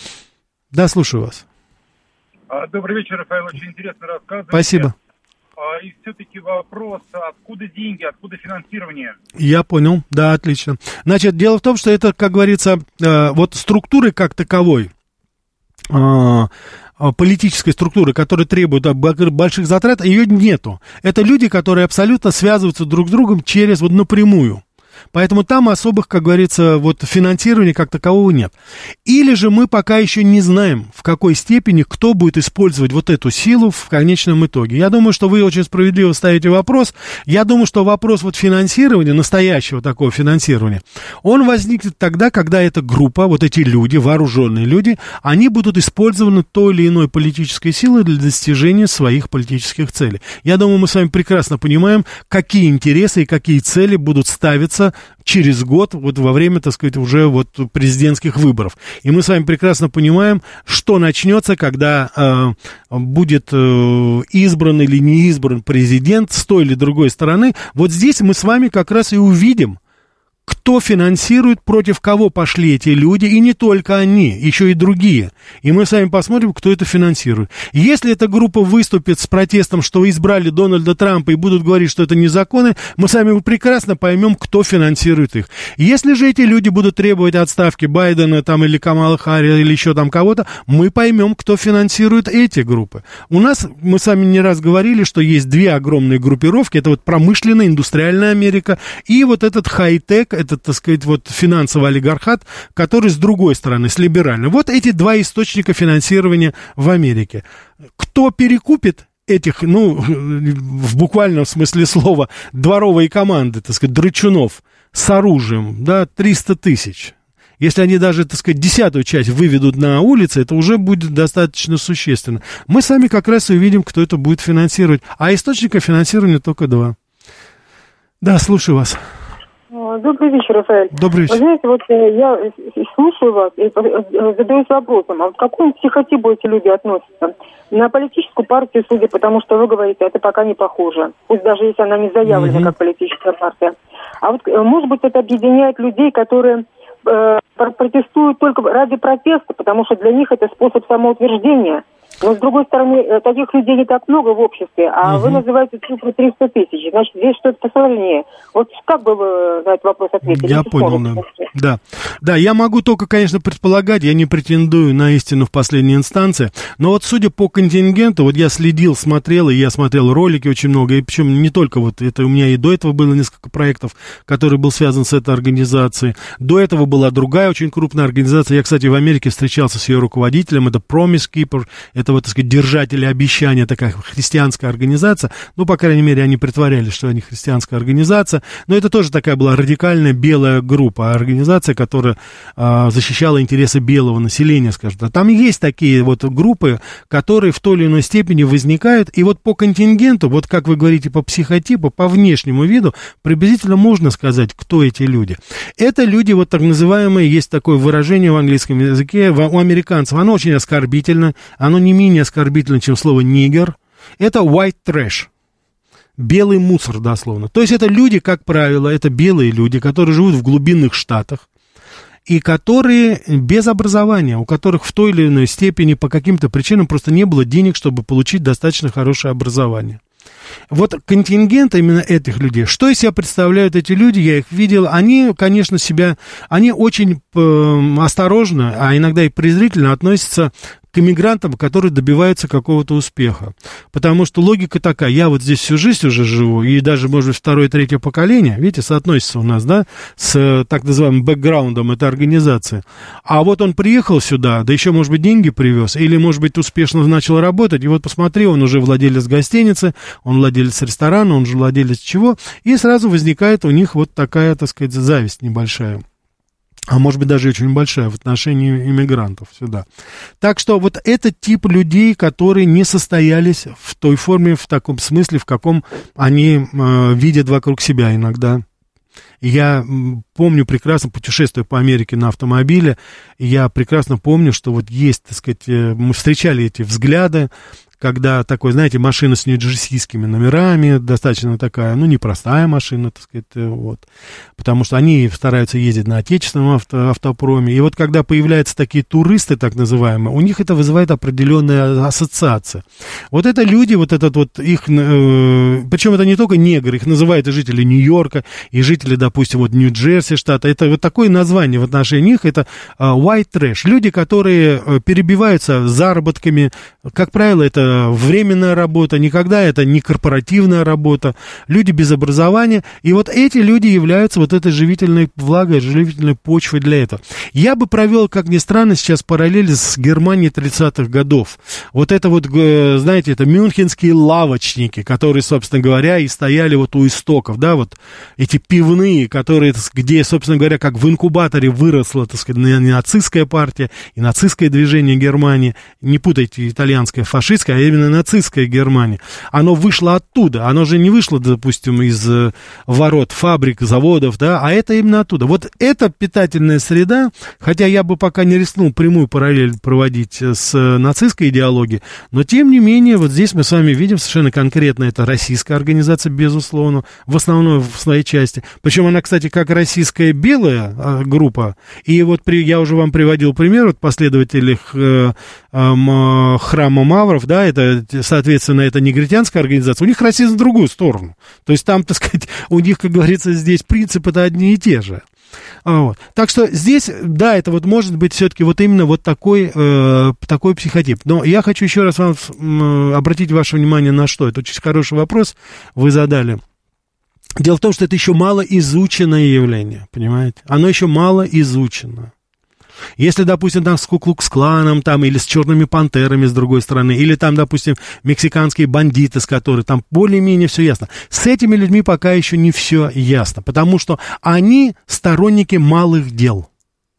Да, слушаю вас. Добрый вечер, Рафаэль, очень интересно рассказываете. Спасибо. И все-таки вопрос, откуда деньги, откуда финансирование? Я понял, да, отлично. Значит, дело в том, что это, как говорится, вот структуры как таковой, политической структуры, которая требует больших затрат, ее нету. Это люди, которые абсолютно связываются друг с другом через вот напрямую. Поэтому там особых, как говорится, вот финансирования как такового нет. Или же мы пока еще не знаем, в какой степени кто будет использовать вот эту силу в конечном итоге. Я думаю, что вы очень справедливо ставите вопрос. Я думаю, что вопрос вот финансирования, настоящего такого финансирования, он возникнет тогда, когда эта группа, вот эти люди, вооруженные люди, они будут использованы той или иной политической силой для достижения своих политических целей. Я думаю, мы с вами прекрасно понимаем, какие интересы и какие цели будут ставиться через год, вот во время, так сказать, уже вот президентских выборов. И мы с вами прекрасно понимаем, что начнется, когда э, будет э, избран или не избран президент с той или другой стороны. Вот здесь мы с вами как раз и увидим, кто финансирует, против кого пошли эти люди, и не только они, еще и другие. И мы с вами посмотрим, кто это финансирует. Если эта группа выступит с протестом, что избрали Дональда Трампа, и будут говорить, что это незаконно, мы с вами прекрасно поймем, кто финансирует их. Если же эти люди будут требовать отставки Байдена там, или Камалы Харрис, или еще там кого-то, мы поймем, кто финансирует эти группы. У нас, мы с вами не раз говорили, что есть две огромные группировки. Это вот промышленная, индустриальная Америка, и вот этот хай-тек, этот, так сказать, вот финансовый олигархат, который с другой стороны, с либеральной. Вот эти два источника финансирования в Америке. Кто перекупит этих, ну, в буквальном смысле слова, дворовые команды, так сказать, драчунов с оружием, да, триста тысяч. Если они даже, так сказать, десятую часть выведут на улицы, это уже будет достаточно существенно. Мы сами как раз и увидим, кто это будет финансировать. А источника финансирования только два. Да, слушаю вас. Добрый вечер, Рафаэль. Добрый вечер. Вы знаете, вот я слушаю вас и задаюсь вопросом, а к какому психотипу эти люди относятся? На политическую партию, судя по тому, что вы говорите, это пока не похоже. Пусть даже если она не заявлена mm-hmm. как политическая партия. А вот, может быть, это объединяет людей, которые э, протестуют только ради протеста, потому что для них это способ самоутверждения. Но, с другой стороны, таких людей не так много в обществе, а угу. вы называете цифру триста тысяч, значит, здесь что-то посложнее. Вот как бы вы на этот вопрос ответили? Я понял, да. да. Да, я могу только, конечно, предполагать, я не претендую на истину в последней инстанции, но вот судя по контингенту, вот я следил, смотрел, и я смотрел ролики очень много, и причем не только вот это, у меня и до этого было несколько проектов, который был связан с этой организацией, до этого была другая очень крупная организация, я, кстати, в Америке встречался с ее руководителем, это Promise Keeper, это вот, так сказать, держатели обещания, такая христианская организация, ну, по крайней мере, они притворялись, что они христианская организация, но это тоже такая была радикальная белая группа, организация, которая а, защищала интересы белого населения, скажем так. Там есть такие вот группы, которые в той или иной степени возникают, и вот по контингенту, вот как вы говорите, по психотипу, по внешнему виду, приблизительно можно сказать, кто эти люди. Это люди, вот так называемые, есть такое выражение в английском языке, у американцев, оно очень оскорбительно, оно не менее оскорбительно, чем слово «нигер», это white trash, белый мусор, дословно. То есть это люди, как правило, это белые люди, которые живут в глубинных штатах, и которые без образования, у которых в той или иной степени по каким-то причинам просто не было денег, чтобы получить достаточно хорошее образование. Вот контингент именно этих людей, что из себя представляют эти люди, я их видел, они, конечно, себя, они очень э, осторожно, а иногда и презрительно относятся к иммигрантам, которые добиваются какого-то успеха. Потому что логика такая, я вот здесь всю жизнь уже живу, и даже, может быть, второе, третье поколение, видите, соотносится у нас, да, с так называемым бэкграундом этой организации. А вот он приехал сюда, да еще, может быть, деньги привез, или, может быть, успешно начал работать, и вот посмотри, он уже владелец гостиницы, он владелец ресторана, он же владелец чего, и сразу возникает у них вот такая, так сказать, зависть небольшая. А может быть, даже очень большая в отношении иммигрантов сюда. Так что вот этот тип людей, которые не состоялись в той форме, в таком смысле, в каком они э, видят вокруг себя иногда. Я помню прекрасно, путешествуя по Америке на автомобиле, я прекрасно помню, что вот есть, так сказать, мы встречали эти взгляды, когда такой, знаете, машина с нью-джерсийскими номерами, достаточно такая, ну, непростая машина, так сказать, вот, потому что они стараются ездить на отечественном авто, автопроме, и вот когда появляются такие туристы, так называемые, у них это вызывает определенные ассоциации. Вот это люди, вот этот вот их, э, причем это не только негры, их называют и жители Нью-Йорка, и жители, допустим, вот Нью-Джерси штата, это вот такое название в отношении них, это э, white trash, люди, которые э, перебиваются заработками, как правило, это временная работа, никогда это не корпоративная работа, люди без образования, и вот эти люди являются вот этой живительной влагой, живительной почвой для этого. Я бы провел, как ни странно, сейчас параллели с Германией тридцатых годов. Вот это вот, знаете, это мюнхенские лавочники, которые, собственно говоря, и стояли вот у истоков, да, вот эти пивные, которые, где, собственно говоря, как в инкубаторе выросла, так сказать, нацистская партия и нацистское движение Германии, не путайте итальянское, фашистское, а именно нацистская Германия, оно вышло оттуда, оно же не вышло, допустим, из ворот фабрик, заводов, да, а это именно оттуда. Вот эта питательная среда, хотя я бы пока не рискнул прямую параллель проводить с нацистской идеологией, но тем не менее, вот здесь мы с вами видим совершенно конкретно, это российская организация, безусловно, в основной в своей части, причем она, кстати, как российская белая а, группа, и вот при, я уже вам приводил пример, вот последователей э, э, храма Мавров, да, это, соответственно, это негритянская организация, у них расизм в другую сторону, то есть там, так сказать, у них, как говорится, здесь принципы-то одни и те же. Вот. Так что здесь, да, это вот может быть все-таки вот именно вот такой, э, такой психотип. Но я хочу еще раз вам э, обратить ваше внимание на что. Это очень хороший вопрос вы задали. Дело в том, что это еще мало изученное явление, понимаете? Оно еще мало изучено. Если, допустим, там с Ку-Клукс-кланом, там, или с черными пантерами с другой стороны, или там, допустим, мексиканские бандиты, с которыми там более-менее все ясно. С этими людьми пока еще не все ясно, потому что они сторонники малых дел.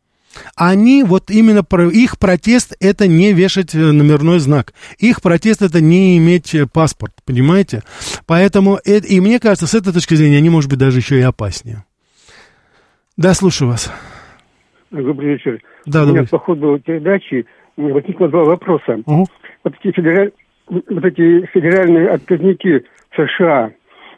Они, вот именно их протест — это не вешать номерной знак. Их протест — это не иметь паспорт, понимаете? Поэтому, и мне кажется, с этой точки зрения они, может быть, даже еще и опаснее. Да, слушаю вас. Добрый вечер. Да, У меня добрый. по ходу передачи возникло два вопроса. Угу. Вот, эти федераль... вот эти федеральные отказники США,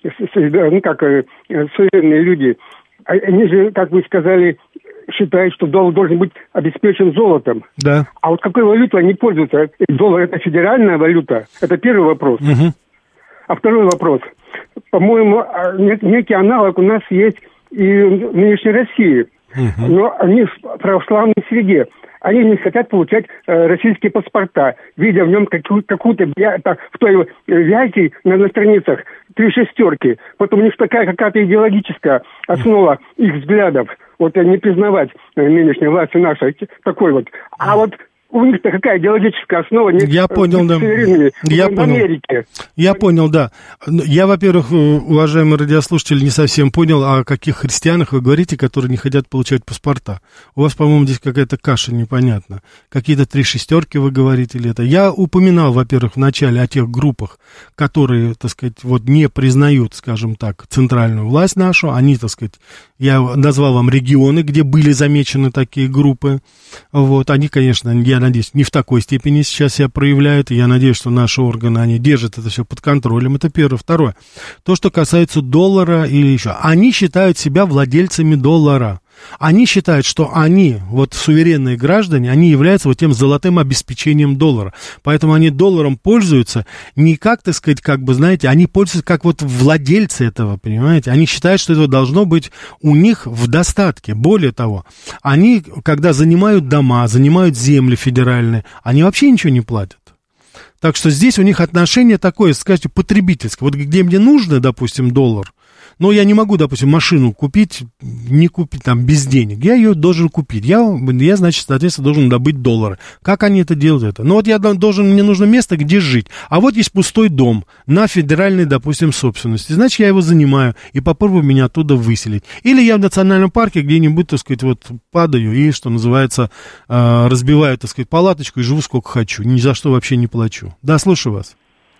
ну как, суверенные люди, они же, как вы сказали, считают, что доллар должен быть обеспечен золотом. Да. А вот какой валютой они пользуются? Доллар — это федеральная валюта? Это первый вопрос. Угу. А второй вопрос. По-моему, некий аналог у нас есть и в нынешней России. Uh-huh. Но они в православной среде. Они не хотят получать э, российские паспорта, видя в нем какую- какую-то так, в той вязи на, на страницах три шестерки. Вот у них такая какая-то идеологическая основа их взглядов. Вот не признавать э, нынешней власти нашей такой вот. А вот у них-то какая идеологическая основа? Не, Я понял, да. Я в понял. Америке. Я понял, да. Я, во-первых, уважаемый радиослушатель, не совсем понял, о каких христианах вы говорите, которые не хотят получать паспорта. У вас, по-моему, здесь какая-то каша непонятна. Какие-то три шестерки вы говорите или это. Я упоминал, во-первых, в начале о тех группах, которые, так сказать, вот не признают, скажем так, центральную власть нашу. Они, так сказать, я назвал вам регионы, где были замечены такие группы. Вот. Они, конечно, я надеюсь, не в такой степени сейчас себя проявляют. И я надеюсь, что наши органы, они держат это все под контролем. Это первое. Второе. То, что касается доллара или еще. Они считают себя владельцами доллара. Они считают, что они, вот суверенные граждане, они являются вот тем золотым обеспечением доллара. Поэтому они долларом пользуются не как, так сказать, как бы, знаете, они пользуются как вот владельцы этого, понимаете? Они считают, что это должно быть у них в достатке. Более того, они, когда занимают дома, занимают земли федеральные, они вообще ничего не платят. Так что здесь у них отношение такое, скажите, потребительское. Вот где мне нужно, допустим, доллар, но я не могу, допустим, машину купить, не купить там без денег. Я ее должен купить. Я, я, значит, соответственно, должен добыть доллары. Как они это делают? Это? Ну, вот я должен, мне нужно место, где жить. А вот есть пустой дом на федеральной, допустим, собственности. Значит, я его занимаю и попробую меня оттуда выселить. Или я в национальном парке где-нибудь, так сказать, вот падаю и, что называется, разбиваю, так сказать, палаточку и живу сколько хочу. Ни за что вообще не плачу. Да, слушаю вас.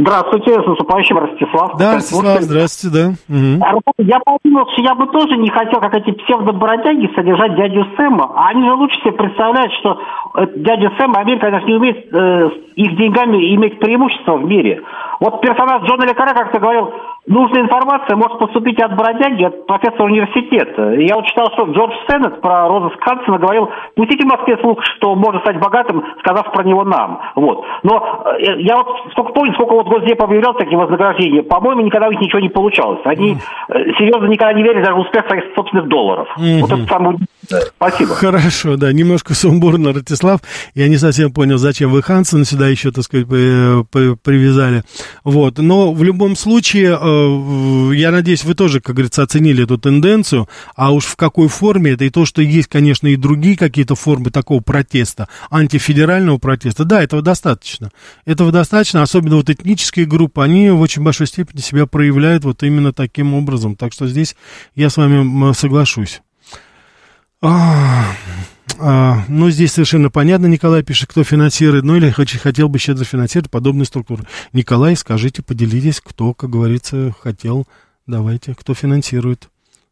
Здравствуйте, с наступающим, Ростислав. Да, Ростислав, здравствуйте, да. Угу. Я подумал, что я бы тоже не хотел, как эти псевдобродяги, содержать дядю Сэма. А они же лучше себе представляют, что дядя Сэм, Америка, конечно, не умеет э, их деньгами иметь преимущество в мире. Вот персонаж Джона Лекара как-то говорил, нужная информация может поступить от бродяги, от профессора университета. Я вот читал, что Джордж Сеннет про розыск Хансена говорил, пустите в Москве слух, что можно стать богатым, сказав про него нам. Вот. Но э, я вот сколько помню, сколько вот Госдеп объявлял такие вознаграждения, по-моему, никогда у них ничего не получалось. Они э, серьезно никогда не верили даже в успех своих собственных долларов. Mm-hmm. Вот это самое... Спасибо. Хорошо, да, немножко сумбурно, Ростислав. Я не совсем понял, зачем вы Хансена сюда еще, так сказать, привязали. Вот, но в любом случае, я надеюсь, вы тоже, как говорится, оценили эту тенденцию, а уж в какой форме это, и то, что есть, конечно, и другие какие-то формы такого протеста, антифедерального протеста, да, этого достаточно. Этого достаточно, особенно вот этнические группы, они в очень большой степени себя проявляют вот именно таким образом. Так что здесь я с вами соглашусь. А, а, ну, здесь совершенно понятно, Николай пишет, кто финансирует, ну, или хотел бы щедро финансировать подобные структуры. Николай, скажите, поделитесь, кто, как говорится, хотел, давайте, кто финансирует.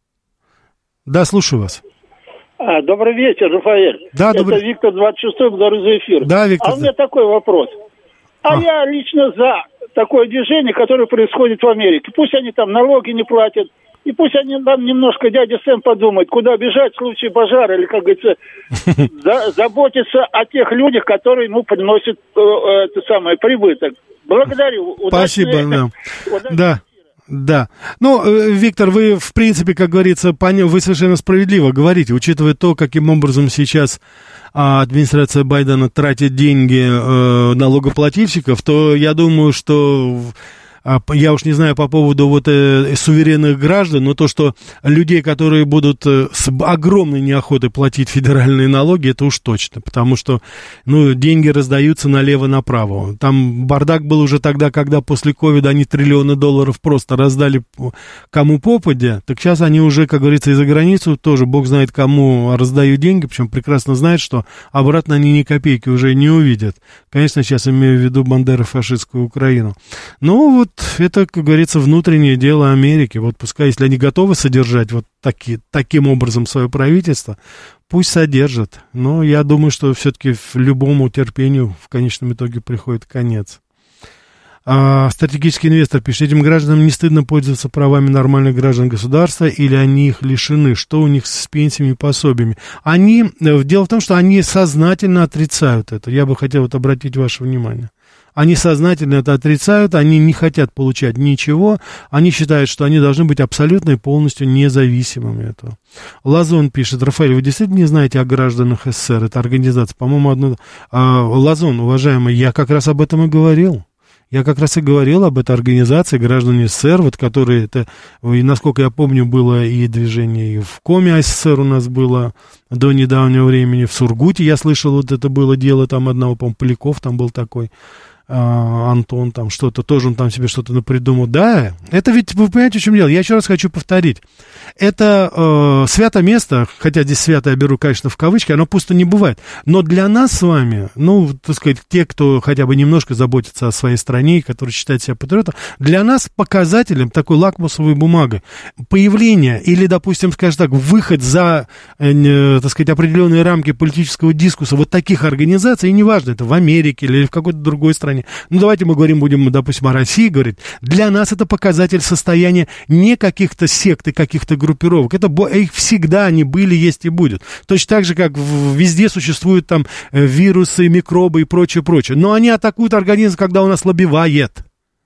Да, слушаю вас. А, добрый вечер, Рафаэль. Да, Это добрый... Виктор двадцать шестой, благодарю за эфир. Да, Виктор. А у меня такой вопрос. А, а я лично за такое движение, которое происходит в Америке. Пусть они там налоги не платят, и пусть они там немножко, дядя Сэм, подумает, куда бежать в случае пожара, или, как говорится, за, заботиться о тех людях, которые ему приносят э, это самое, прибыток. Благодарю. Спасибо, да. Да. Да. Ну, Виктор, вы, в принципе, как говорится, вы совершенно справедливо говорите, учитывая то, каким образом сейчас администрация Байдена тратит деньги э, налогоплательщиков, то я думаю, что... Я уж не знаю по поводу вот э, суверенных граждан, но то, что людей, которые будут э, с огромной неохотой платить федеральные налоги, это уж точно, потому что, ну, деньги раздаются налево-направо. Там бардак был уже тогда, когда после ковида они триллионы долларов просто раздали кому попадя, так сейчас они уже, как говорится, и за границу тоже, бог знает кому раздают деньги, причем прекрасно знают, что обратно они ни копейки уже не увидят. Конечно, сейчас имею в виду бандеро-фашистскую Украину. Ну, вот это, как говорится, внутреннее дело Америки. Вот пускай, если они готовы содержать вот таки, таким образом свое правительство, пусть содержат. Но я думаю, что все-таки любому терпению в конечном итоге приходит конец. А, стратегический инвестор пишет, этим гражданам не стыдно пользоваться правами нормальных граждан государства, или они их лишены? Что у них с пенсиями и пособиями? Они, дело в том, что они сознательно отрицают это. Я бы хотел вот обратить ваше внимание. Они сознательно это отрицают, они не хотят получать ничего, они считают, что они должны быть абсолютно и полностью независимыми от этого. Лазон пишет, Рафаэль, вы действительно не знаете о гражданах СССР? Это организация, по-моему, одно... А, Лазон, уважаемый, я как раз об этом и говорил. Я как раз и говорил об этой организации граждане СССР, вот которые, это, и, насколько я помню, было и движение и в Коме СССР у нас было до недавнего времени, в Сургуте я слышал, вот это было дело там одного, по-моему, Поляков там был такой, а, Антон там что-то, тоже он там себе что-то напридумал. Да, это ведь, вы понимаете, в чем дело? Я еще раз хочу повторить. Это э, святое место, хотя здесь святое я беру, конечно, в кавычки, оно пусто не бывает. Но для нас с вами, ну, так сказать, те, кто хотя бы немножко заботится о своей стране, которые считают себя патриотом, для нас показателем такой лакмусовой бумагой появление или, допустим, скажем так, выход за, э, так сказать, определенные рамки политического дискурса вот таких организаций, и неважно, это в Америке или в какой-то другой стране. Ну, давайте мы говорим, будем, допустим, о России говорить. Для нас это показатель состояния не каких-то сект и каких-то группировок. Это их всегда они были, есть и будут. Точно так же, как везде существуют там вирусы, микробы и прочее, прочее. Но они атакуют организм, когда он ослабевает.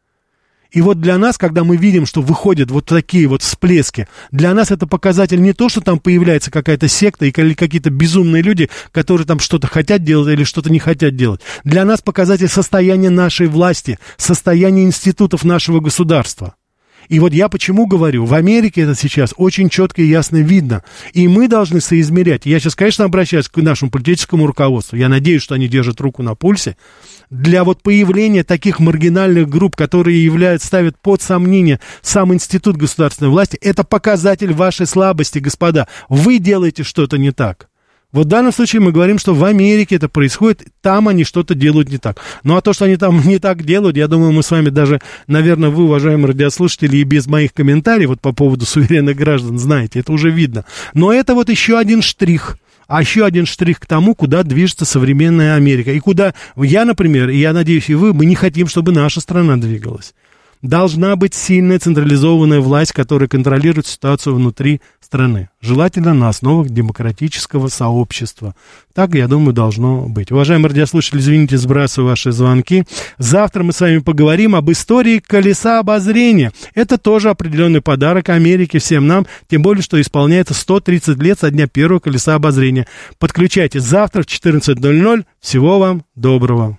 И вот для нас, когда мы видим, что выходят вот такие вот всплески, для нас это показатель не то, что там появляется какая-то секта или какие-то безумные люди, которые там что-то хотят делать или что-то не хотят делать. Для нас показатель состояния нашей власти, состояния институтов нашего государства. И вот я почему говорю, в Америке это сейчас очень четко и ясно видно. И мы должны соизмерять. Я сейчас, конечно, обращаюсь к нашему политическому руководству. Я надеюсь, что они держат руку на пульсе. Для вот появления таких маргинальных групп, которые являются, ставят под сомнение сам институт государственной власти, это показатель вашей слабости, господа. Вы делаете что-то не так. Вот в данном случае мы говорим, что в Америке это происходит, там они что-то делают не так. Ну, а то, что они там не так делают, я думаю, мы с вами даже, наверное, вы, уважаемые радиослушатели, и без моих комментариев вот по поводу суверенных граждан знаете, это уже видно. Но это вот еще один штрих. А еще один штрих к тому, куда движется современная Америка. И куда я, например, и я надеюсь, и вы, мы не хотим, чтобы наша страна двигалась. Должна быть сильная централизованная власть, которая контролирует ситуацию внутри страны. Желательно на основах демократического сообщества. Так, я думаю, должно быть. Уважаемые радиослушатели, извините, сбрасываю ваши звонки. Завтра мы с вами поговорим об истории колеса обозрения. Это тоже определенный подарок Америке, всем нам, тем более, что исполняется сто тридцать лет со дня первого колеса обозрения. Подключайтесь завтра в четырнадцать ноль ноль. Всего вам доброго.